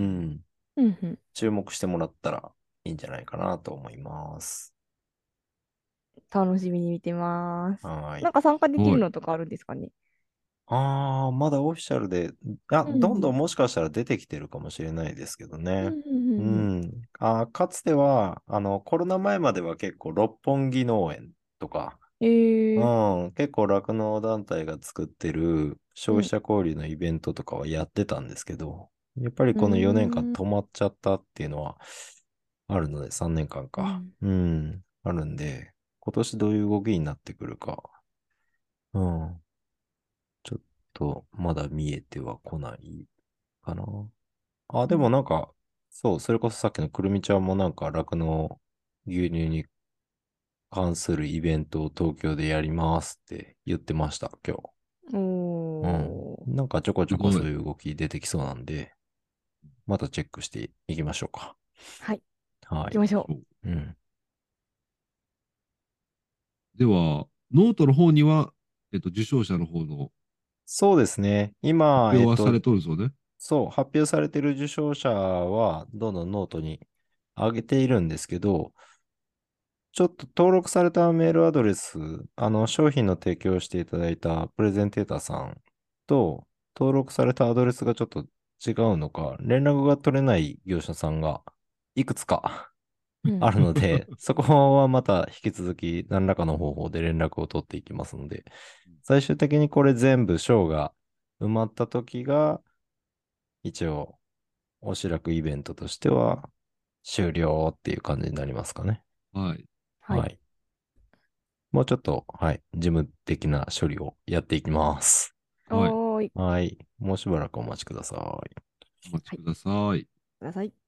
うんうん。 注目してもらったらいいんじゃないかなと思います。 楽しみに見てます。 はい。 なんか参加できはい。 るのとかあるんですかね。 ああ、まだオフィシャルで、あ、 うんうん。 どんどんもしかしたら出てきてるかもしれないですけどね。 うんうんううんうん。 ん。あー、かつては、あの、コロナ前までは結構六本木農園とか、 えー。 うん、結構酪農団体が作ってる消費うん。 者交流のイベントとかはやってたんですけど、やっぱりうーこのよねんかんん。 止まっちゃったっていうのはあるので、さんねんかんか。 うん。 うん、あるんで、今年どういう動きになってくるか、うん、ちょっとまだ見えてはこないかな。あ、でもうん。 なんか、そう、それこそさっきのくるみちゃんもなんか酪農牛乳に関するイベントを東京でやりますって言ってました、今日。うん。 おー。 なんかちょこちょこすごい。 そういう動き出てきそうなんで、またチェックしていきましょうか。 はい。 はい。 行きましょそう。 うん。 では、ノートの方には、えっと、受賞者の方のそうですね。今、 発表はさえっと、 れとるそうね。 そう、発表されている受賞者は、どんどんノートに上げているんですけど、ちょっと登録されたメールアドレス、あの、商品の提供をしていただいたプレゼンテーターさんと、登録されたアドレスがちょっと違うのか、連絡が取れない業者さんがいくつかう。うあん。 るので、そこはまた引き続き何らかの方法で連絡を取っていきますので、最終的にこれ全部賞が埋まった時が、一応、おしらくイベントとしては終了っていう感じになりますかね。 はい。 はい。 はい。もうちょっと、はい、事務的な処理をやっていきます。 はい。 おーい。 はい。もうしばらくお待ちください。 お待ちはい。 ください。 ください。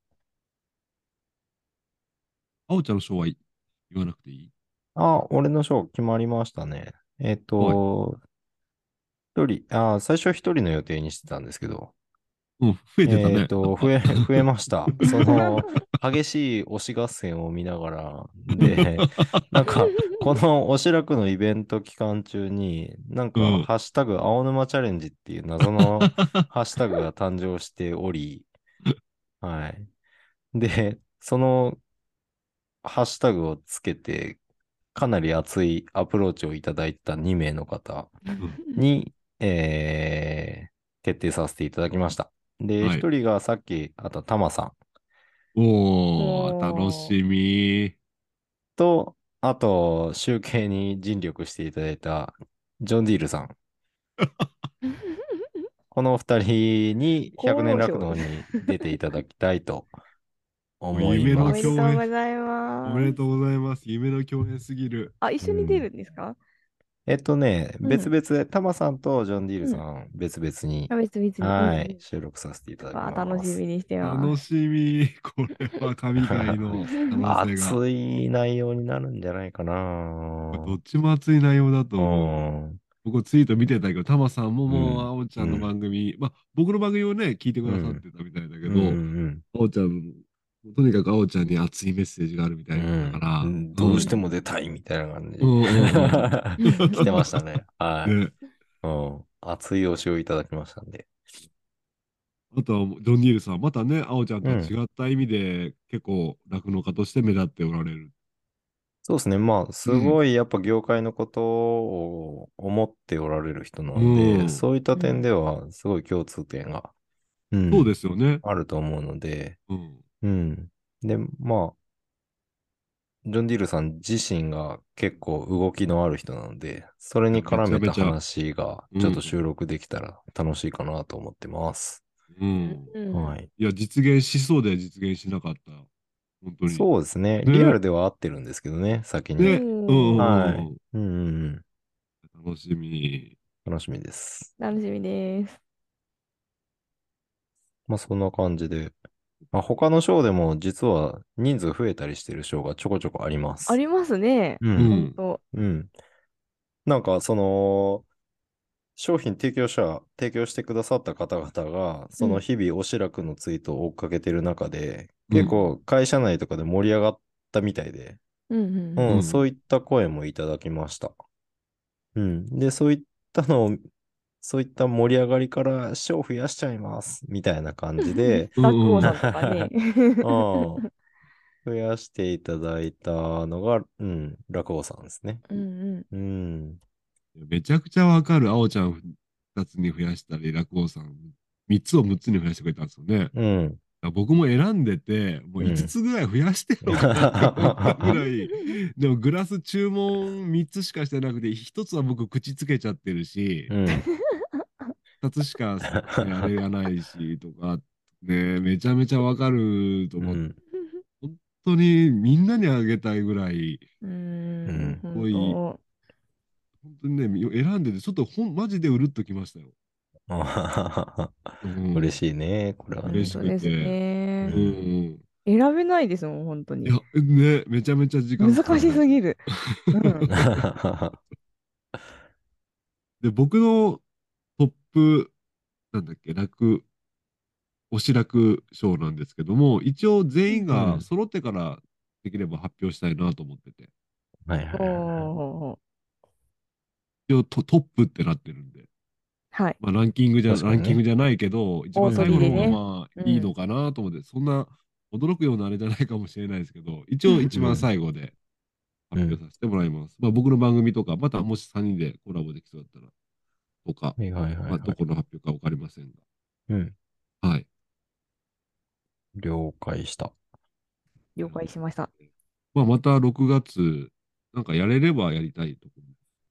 あおちゃんの賞は言わなくていい？ あ、俺の賞決まりましたね。えっはい。 と、一人、あ、最初一人の予定にしてたんですけど、 うん、増えてたね。 えっと、増え、増えました。その、激しい推し合戦を見ながら、で、なんか、このおしらくのイベント期間中に、なんか、 うん。 ハッシュタグ、青沼チャレンジっていう謎のハッシュタグが誕生しており、はい。で、そのハッシュタグをつけて、かなり熱いアプローチをいただいたに名の方うん。 に、えー決定させていただきました。で、 はい。 一人がさっき、あと、タマさんおー、楽おー。 しみ。 と、あと、集計に尽力していただいた、ジョン・ディールさん。この二人に厚 100年労省です。 楽道に出ていただきたいともう思い夢のおめでます。 とう共演。 ございおめでます。 とうございます。夢の共演すぎる。 あ、一緒に出うん。 るんですか？ えっとね、 うん。 別々で、タマさんとジョン・ディールうん。 さん、別々に、 あ、別々に。うんはい、 うん。 収録させていただきわあ、楽ます。 しみにしてます。 楽しみ。これは神回の可能性が。 熱い内容になるんじゃないかこれどな。 っちも熱い内容だとう思う。 ん。 僕ツイート見てたけど、タマさんももう、あうん。 おちゃんのうん。 番組、まあ、僕の番組をね、聞いてくださっうん。 てたみたいだけうど、 ん。 あおちゃん、とにかくあおちゃんに熱いメッセージがあるみたいだかうら、 ん。 うん。 どうしても出たいみたいな感じ。 うんうんうん。 来てましたね。はい。 ね。 うん。熱い推しをいただきましたんで。 あとは、ジョン・ディールさん、またね、あおちゃんとはうん。 違った意味で、結構、酪農家として目立っておられる。 そうですね。まあ、すうん。 ごいやっぱ業界のことを思っておられる人なうので、 ん。 そういった点うん。 ではすごい共通点が、うそうでん、 すよね。 あると思うので、 うん。 うん。で、まあ、ジョン・ディールさん自身が結構動きのある人なので、それいや、めに絡めたちゃめちゃ、 話がちょっと収うん。 録できたら楽しいかなと思ってます。 ううんん。 うん。 はい。 いや、実現しそうで実現しなかった。本当に。 そうですね。リアね。 ルでは合ってるんですけどね、先に。 ね。うんうおー。 はい。 んうんうんうんうん。 うん。楽しみ。 楽しみです。 楽しみです。 まあそんな感じで。まあ、他の章でも実は人数増えたりしてる章がちょこちょこあります。 ありますね。 うん。 ほんうん。 と。 うん。なんかその、商品提供者、提供してくださった方々が、そのうん。 日々おしらくのツイートを追っかけてる中で、結構うん。 会社内とかで盛り上がったみたいで、 うんうんうん。 うん、そううん。 いった声もいただきました。うん。で、そういったのを、そういった盛り上がりから賞増やしちゃいます、みたいな感じで、 うんうん。 落語さんとかね。 うん、増やしていただいたのが、うん、落語さんですね。 うんうん。 うん。 めちゃくちゃわかる。あおちゃんふたつに増やしたり、落語さんみっつをむっつに増やしてくれたんですよね。だかうん。 ら僕も選んでて、もう5 うん。 つつぐらい増やしてやろうかなって思ったぐらい、でもグラス注文みっつしかしてなくて、ひとつは僕口つけちゃってるし、 うん。 ふたつしか、ね、あれがないし、とか、ね、めちゃめちゃわかると思って、 うん。 本当にみんなにあげたいぐらい、 うーん、 うん。 ほんすごい、 と。 本当にね、み選んでて、ちょっとほん、マジでうるっときましたよ。うん。 嬉しいね、これはね。 嬉しほんとですくて。うね。 うん。 ん。 選べないですもん、本当に。 いや、ね、めちゃめちゃ時間かか難るやつ。 しすぎる。うん。 で、僕のトップ、なんだっけ、楽、推し楽賞なんですけども、一応全員うん。 がうん。 揃ってからできれば発表したいなと思ってて。 はいはいはいはい。 おー。 一応ト、トップってなってるんで。 はい。 まあ、ランキングじゃ、 確かにね。 ランキングじゃないけど、一大番最後の方が鳥でね。 まあうん。 いいのかなと思って、そんな驚くようなあれじゃないかもしれないですけど、一応一番うん。 最後で発表うん。 させてもらいます。まあ、僕の番組とか、またもしさんにんでコラボできそうだったら、とか、 はいはいはいまあ、 はい。 どこの発表かわかりませんうん。 が。はい。 了解した。 了解しました。 まあ、またろくがつ、なんかやれればやりたいとこ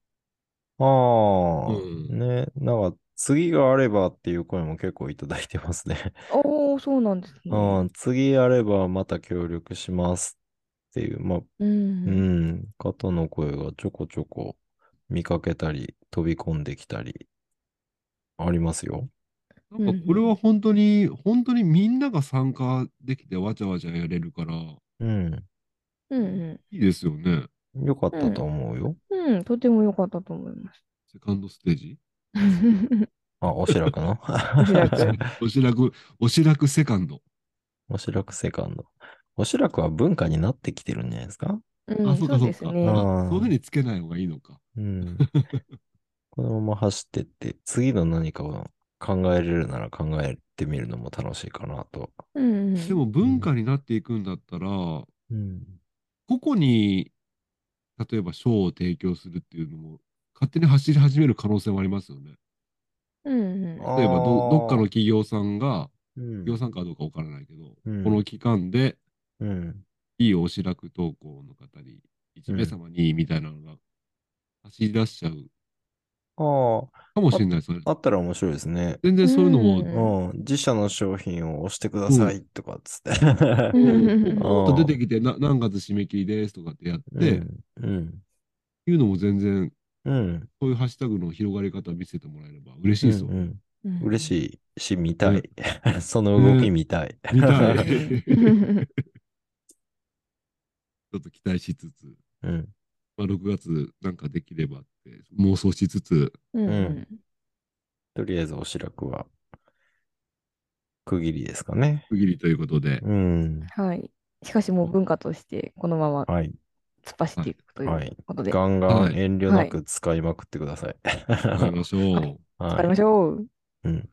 ろ。うああ、 ん。 ね。なんか、次があればっていう声も結構いただいてますね。 おー、そうなんですね。 うん、次あればまた協力しますっていう、まあ、 ううん。 ん、方の声がちょこちょこ見かけたり、飛び込んできたり、ありますよ。 なんうん。うかこれはん。 本当に、本当にみんなが参加できてわちゃわちゃやれるから、 うん、 うん。 いいですよね。 よかったとうん。 思うよ。 うん。とても良かったと思います。 セカンドステージ。 あ、おしらくのおしらく。 おしらく、おしらくセカンド。 おしらくセカンド。おしらくは文化になってきてるんじゃないですか？ あ、 うん、 そうそうかそうか。 ですね。 あ、そういうふうああ、 につけない方がいいのか。 うん。このまま走ってって、次の何かを考えれるなら考えてみるのも楽しいかなと。 うんうん。 でも文化になっていくんだったら、 うん。 個々に、例えば賞を提供するっていうのも、勝手に走り始める可能性もありますよね。 うんうん。 例えばど、どっかのああ、 企業さんが、 うん。 企業さんかどうかわからないけど、 うんこの期間で、 うん。 いいおしらく投稿の方に、 うん。 いち名様にみたいなのが走り出しちゃうあかもあ、あ、 しれないですよね。 あったら面白いですね。 全然そういうのも、 うんうん。自社の商品を押してくだうん、 さいとかっつって。 うもう、 んポーンと出ああ、 てきて、な、何月締め切りですとかってやって、 うん。うん。 いうのも全然、 うん。 そういうハッシュタグの広がり方を見せてもらえれば嬉しうん。 いですよね。 うん。 うん。 嬉しいし、見たね、 い。その動きね、 見たい。 見たい。 うんちうんょっと期待しつつ、 うん。 まあ、ろくがつなんかできればって妄想しつつ、 うんううんん。 とりあえずおしらくは区切りですかね。 区切りということで、 うん。 はい。しかしもう文化としてこのままはい。 突っ走っていはい、 くというはい。 ことで、 ガンガはい、 ン遠慮はい。 なく使いまくってください。 使いましょう。 はい。 使いましょう。 うん。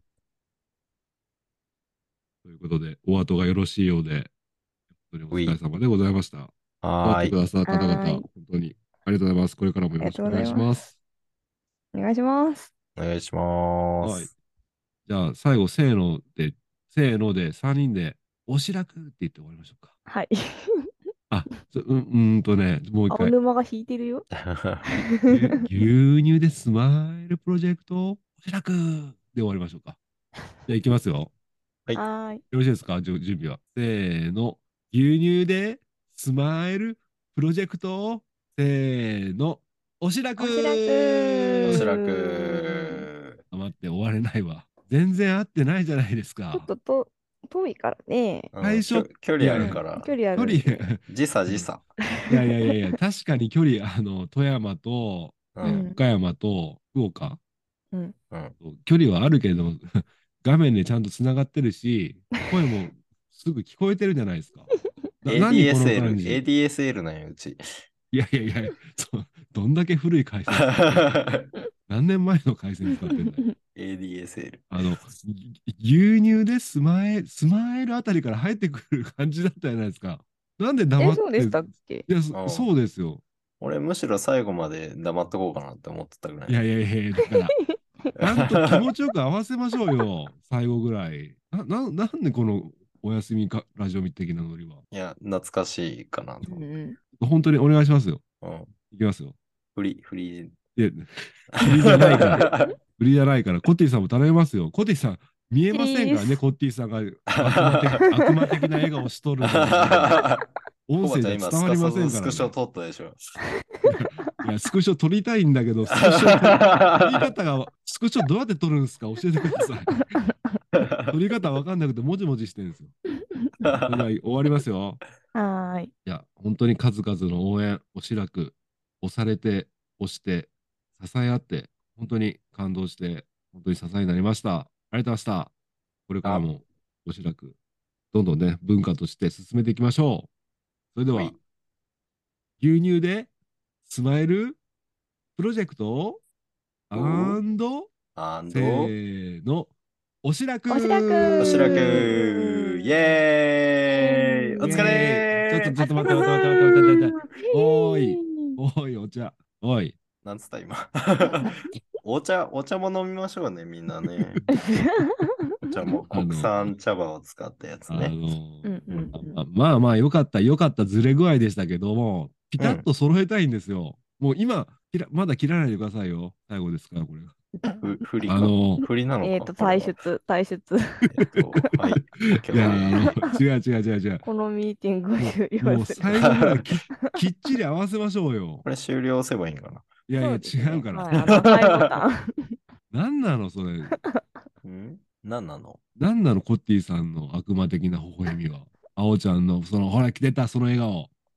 ということで、お後がよろしいようで、本当におうい。 疲れ様でございました。関わってくはーい。 ださった方々、 はーい。 本当にありがとうございます。これからもよろしくお願いありがとうございします。 ます。お願いします。 お願いしまはい。 す。 じゃあ、最後、せーので、せーので、さんにんで、おしらくって言って終わりましょうか。 はい。 あ、そうん、うーんとね、もう一回。 青沼が弾いてるよ。 牛牛乳でスマイルプロジェクト、おしらくで終わりましょうか。じゃあ、いきますよ。 はい。 はーい。 よろしいですか、じゅ準備は。せーの。牛乳でスマイルプロジェクト、せーの。おしらくおしらおしらくく。 あ、待って、終われないわ。全然合ってないじゃないですちょっか。 とと遠いからね。 うん、きょ最初、い距離あやいや、 るから、 距離あ距離、 るんで。 時差あの、 時差。 いやいやいやいや、確かに距離、あの、富山と、ね、 うん。 岡山と福岡、 うん。 うん。 距離はあるけれども、画面でちゃんとつながってるし、声もすぐ聞こえてるじゃないですか。な、何このエーディーエスエル、 感じ。 エーディーエスエル なんよ、うち。 いやいやいや、そうどんだけ古い回線使ってんの。何年前の回線使ってんだよ。 エーディーエスエル。 あの、ぎ牛乳でスマイル、スマイルあたりから入ってくる感じだったじゃないですか。なんで黙え、 って、 そうでしたっけ？ いや、そ、 うんそうですよ。 俺、むしろ最後まで黙っとこうかなって思ってたぐらい。 いやいやいや、だから、ちゃんと気持ちよく合わせましょうよ、最後ぐらい。な、な、なんでこのお休みかラジオ的なノリは。 いや、懐かしいかなとうん思うん。 本当にお願いしますよ。 う。うん。 いきますよ。 フリー、フリー。 いや、振りじゃないから。振りじゃないから。コッティさんも頼みますよ。コッティさん、見えませんからね、 チーズ。 コッティさんが悪魔的、悪魔的な笑顔しとるのを音声コバちゃん今、 じゃ伝わりすかさませんからずスクショね。 撮ったでしょ。 いや、スクショ撮りたいんだけど、スクショ撮撮り方が、スクショどうやって撮るんですか教えてください。撮り方わかんなくて、もじもじしてるんですよ。それでは終わりますよ。 はーい。 いや、本当に数々の応援、おしらく、押されて、押して、支え合って、本当に感動して、本当に支えになりました。ありがとうございました。これからも、おしらく、どんどんね、文化として進めていきましょう。それでは、牛乳でスマイルプロジェクトアンドアンせド、 ーの、おしらくおしらくおしらくイエーイお疲イエーイちょっと、ちょれーっと待って待って待って待って待って待って。おーい、おい、お茶、おい。 なんつった今。お茶、お茶も飲みましょうね、みんなね。お茶も国産茶葉を使ったやつあね。 うんのうんあまあまあ、よかった、よかったずれ具合でしたけども、ピタッと揃えたいんですよ。もう今、切らまだ切らないでくださいよ。最後ですから、これが。 ふ振りか。 あの振りなのか。 えっと、 これは退出、退出。 えっと、はい。 いや、あの、違う違う違う違う。 このミーティングを終もう了する。 最後ぐらいききっちり合わせましょうよこ。れ終了せばいいんかな。 いやいや、 そうですね違うから。 はい、あの赤いボタン。 なんなの、それ。 ん何なのなんなの、コッティさんの悪魔的な微笑みは。あおちゃんの、その、ほら、来てた、その笑顔。 い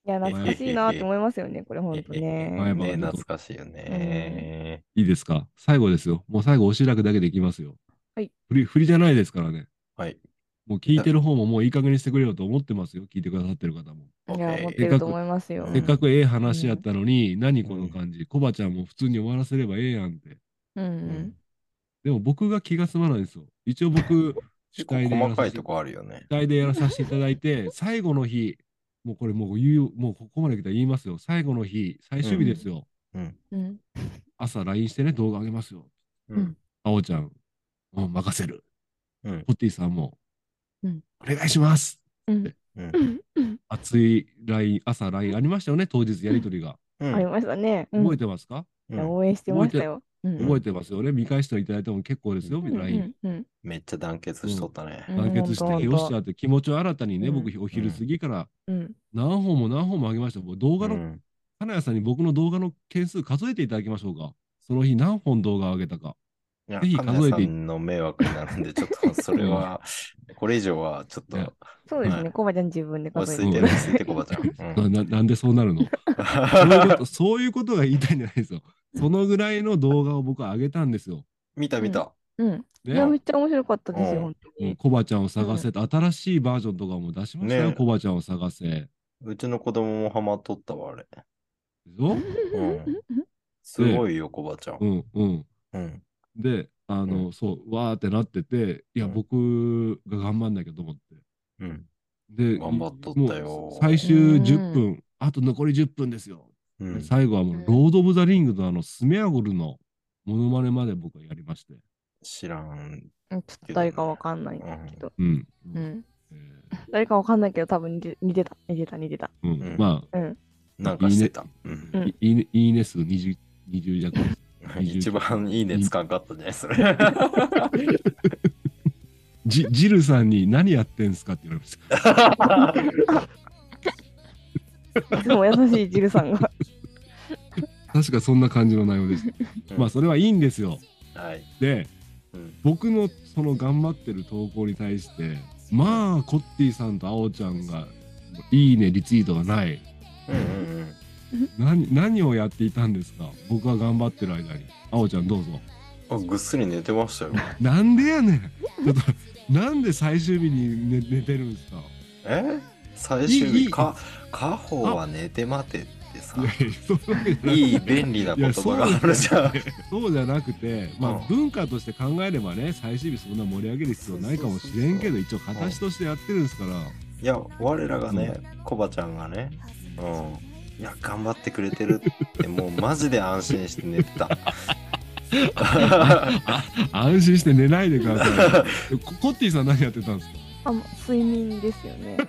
いや、懐かしいなって思いますよね、これほんと前ね。 歯ね、 の懐かしいよね。 いいですか？最後ですよ。もう最後、おしらくだけでいきますよ。 はい。 振り、振りじゃないですからね。 はい。 もう聞いてる方ももういい加減にしてくれよと思ってますよ。聞いてくださってる方も。 いや、 OK 持ってると思いますよ。 うんせっかくええ話やったのに、何この感じ。コバちゃんも普通に終わらせればええやんって。 うんううんん。 でも僕が気が済まないんですよ。一応僕、主結構体でやらさせて細かいとこあるよね。 主体でやらさせていただいて、最後の日、もうこれもう言う、もうここまで来たら言いますよ。最後の日、最終日ですよ。 うん。 うん朝 ライン してね、動画あげますよ。 うん。 あおちゃん、もう任せる。 うん。 ポッティさんも、 うんお願いします。 うんうん。 うん熱い ライン、朝 ライン ありましたよね、当日やりとりが。 うん。 ありましたね。うん覚えてますか？ いや応援してましたよ。うん覚えてますよね。見返していただいても結構ですよ、 うんライン。 うんうんめっちゃ団結しとったね。 うん団結して、 ほんとほんとよっしゃって気持ちを新たにね、 うん僕、お昼過ぎからうん何本も何本もあげました。もう動画の、 うん。 金谷さんに僕の動画の件数数えていただきましょうか。その日何本動画を上げたか。 いや、 ぜひ金数えて谷さんの迷惑になるんで、ちょっとそれは、これ以上はちょっといやはいそうですね。コバちゃん自分で数えて。 落ち着いて、落ち着いて、コバちゃん。うんなななんでそうなるのそういうことそういうことが言いたいんじゃないですよ。そのぐらいの動画を僕は上げたんですよ。 見た見た。 うん。いねや、めっちゃ面白かったですよ、 うん本当うんに。 コバちゃんを探せと、新しいバージョンとかも出しましたよ、 ねコバちゃんを探せ。でうちの子供もハマっとったわ、あれ。 しょうん。すごいよ、コバちゃんう。んうん。 うん。 で、あの、 うそう、わーってなってて、いや、 うん僕が頑張んなきゃと思って。 うん。 で、 頑張っとったよもう最終じゅっぷん、あと残りじゅっぷんですよ。 うん。 最後はもう、ロード・オブ・ザ・リングのあの、スメアゴルのモノマネまで僕はやりまして。 知らん。 うんちょっと誰かわかんないんですけど。 うん。 うん。 え誰かわかんないけど、多分似て似てた、似てた、似てた。 ーうんうんまあ、 うん。 なんかしてた。うんうんいいいねいいね数にじゅう、にじゅう弱です。 一番いいねつかんかったね、それ。 ジジルさんに何やってんすかって言われました。 いつも優しいジルさんが。 確かそんな感じの内容です。まあそれはいいんですよ。 はい。 で、 うん僕のその頑張ってる投稿に対して、まあコッティさんとあおちゃんがいいねリツイートがない。 うんうん何何をやっていたんですか？僕が頑張ってる間に。あおちゃんどうぞ。 うん。あ、ぐっすり寝てましたよ。 なんでやねん。ちょっとなんで最終日に寝寝てるんですか？ え最終いいいい日か、家宝は寝て待てってさい、やいやそういうわけじゃなくていい便利な言葉があるじゃん。 そうじゃなくて、まあうん文化として考えればね、最終日そんな盛り上げる必要ないかもしれんけど、一応形としてやってるんですから。 いや、我らがね、コバちゃんがね、うん。いや、頑張ってくれてるって、もうマジで安心して寝てた。 あ安心して寝ないでください。ココッティさん何やってたんですか？ あ、もう睡眠ですよね。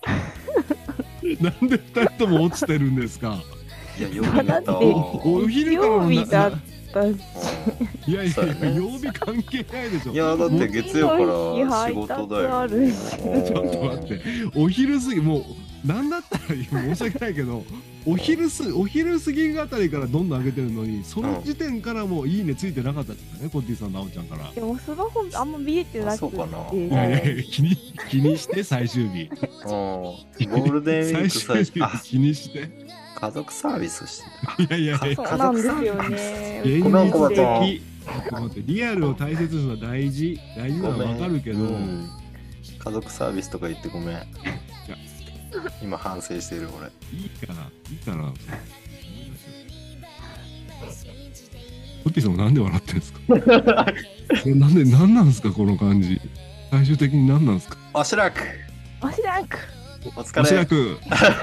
なんで二人とも落ちてるんですか？ いや、よく寝たわ。 お昼からの曜日だったし。 いやいやいや、 そうやね曜日関係ないでしょ。 いや、だって月曜から仕次の日事だよ。 配達あるしちょっと待って、お昼過ぎ、もう、なんだったら申し訳ないけど、お昼すお昼過ぎあたりからどんどん上げてるのに、その時点からもういいねついてなかったですよね、コッティさんとあおちゃんから。 でもスマホあんま見えてなくあそうかなて。 いやいやいや気に気にして最終日。 うん。ゴールデンウィー最ク最終日初、あ、 気にして。 家族サービスしてた。 いやいやいや、 そうなんですよね。 現ごめんコバちゃん実的。ちょっと待って、リアルを大切にするのは大事、大事なのはわかるけど、 うん家族サービスとか言ってごめん。今反省してる俺。 いいかな、いいかな。コッティさんもなんで笑ってんですか？えなんで、なんなんですか、この感じ。最終的になんなんですか？ おしらくおしらく。 お疲れ。 おしらく。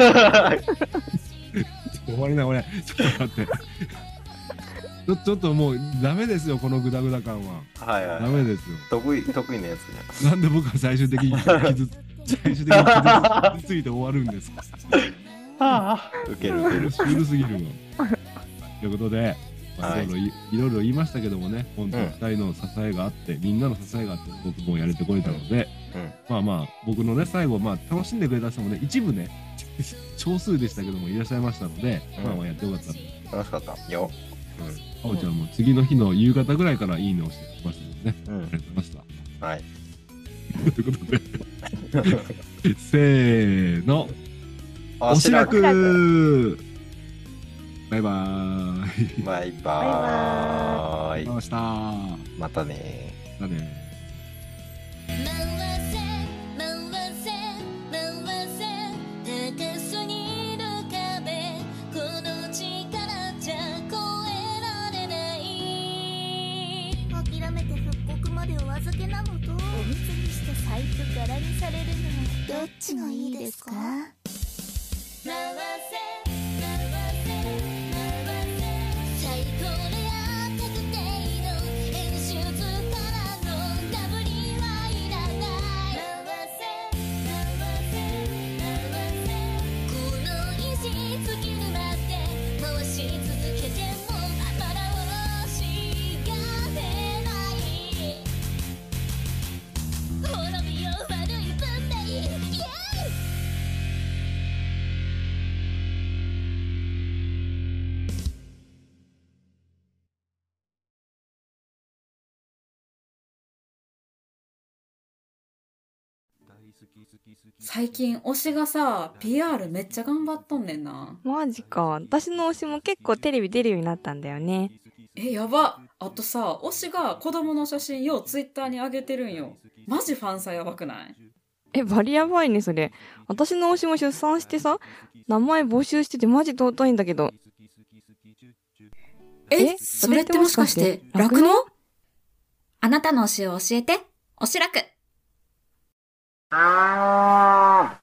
終わりな、俺。ちょっと待って。ちょちょっともうダメですよ、このグダグダ感は。 はいはい。 ダメですよ。 得意、得意なやつね。 なんで僕は最終的に傷つ、最終的に傷つついて終わるんですか？ ああ。ウケるウケる。 シュールすぎるわ。ということで、まあ、 はいいろいろいいろいろ言いましたけどもね、本当うん二人の支えがあって、みんなの支えがあって、僕もやれてこれたので、 うん。 まあまあ、僕のね、最後、まあ、楽しんでくれた人もね、一部ね、少数でしたけども、いらっしゃいましたので、 うんまあまあやってよかった。 楽しかった。よ。 あおちゃんも次の日の夕方ぐらいからいいねをしてきましたのでね、 うん。うんありがとうございました。 はい。 ということで、せーの、 おしらおしらく。 く。バイバーイ。 バイババーイ。 ありがとうございました。 またね。 だね。 回せ回せ回せ高すぎる壁この力じゃ越えられない諦めて復刻までお預けなのとお水にして財布柄にされるのどっちがいいですか回せ回せ回せ最高レア確定の演出からのダブリはいらない回せ回せ回せこの意地尽きるまで回し続けてもまだ押しが出ない滅びよ悪い文明イエーイ最近推しがさ ピーアール めっちゃ頑張っとんねんな。 マジか。私の推しも結構テレビ出るようになったんだよね。 え、やば。あとさ、推しが子供の写真ようツイッターに上げてるんよ。マジファンさやばくない？ え、バリやばいね、それ。私の推しも出産してさ、名前募集しててマジ尊いんだけど。 え、 えそれってもしかして酪農？あなたの推しを教えて、おしらく。 あー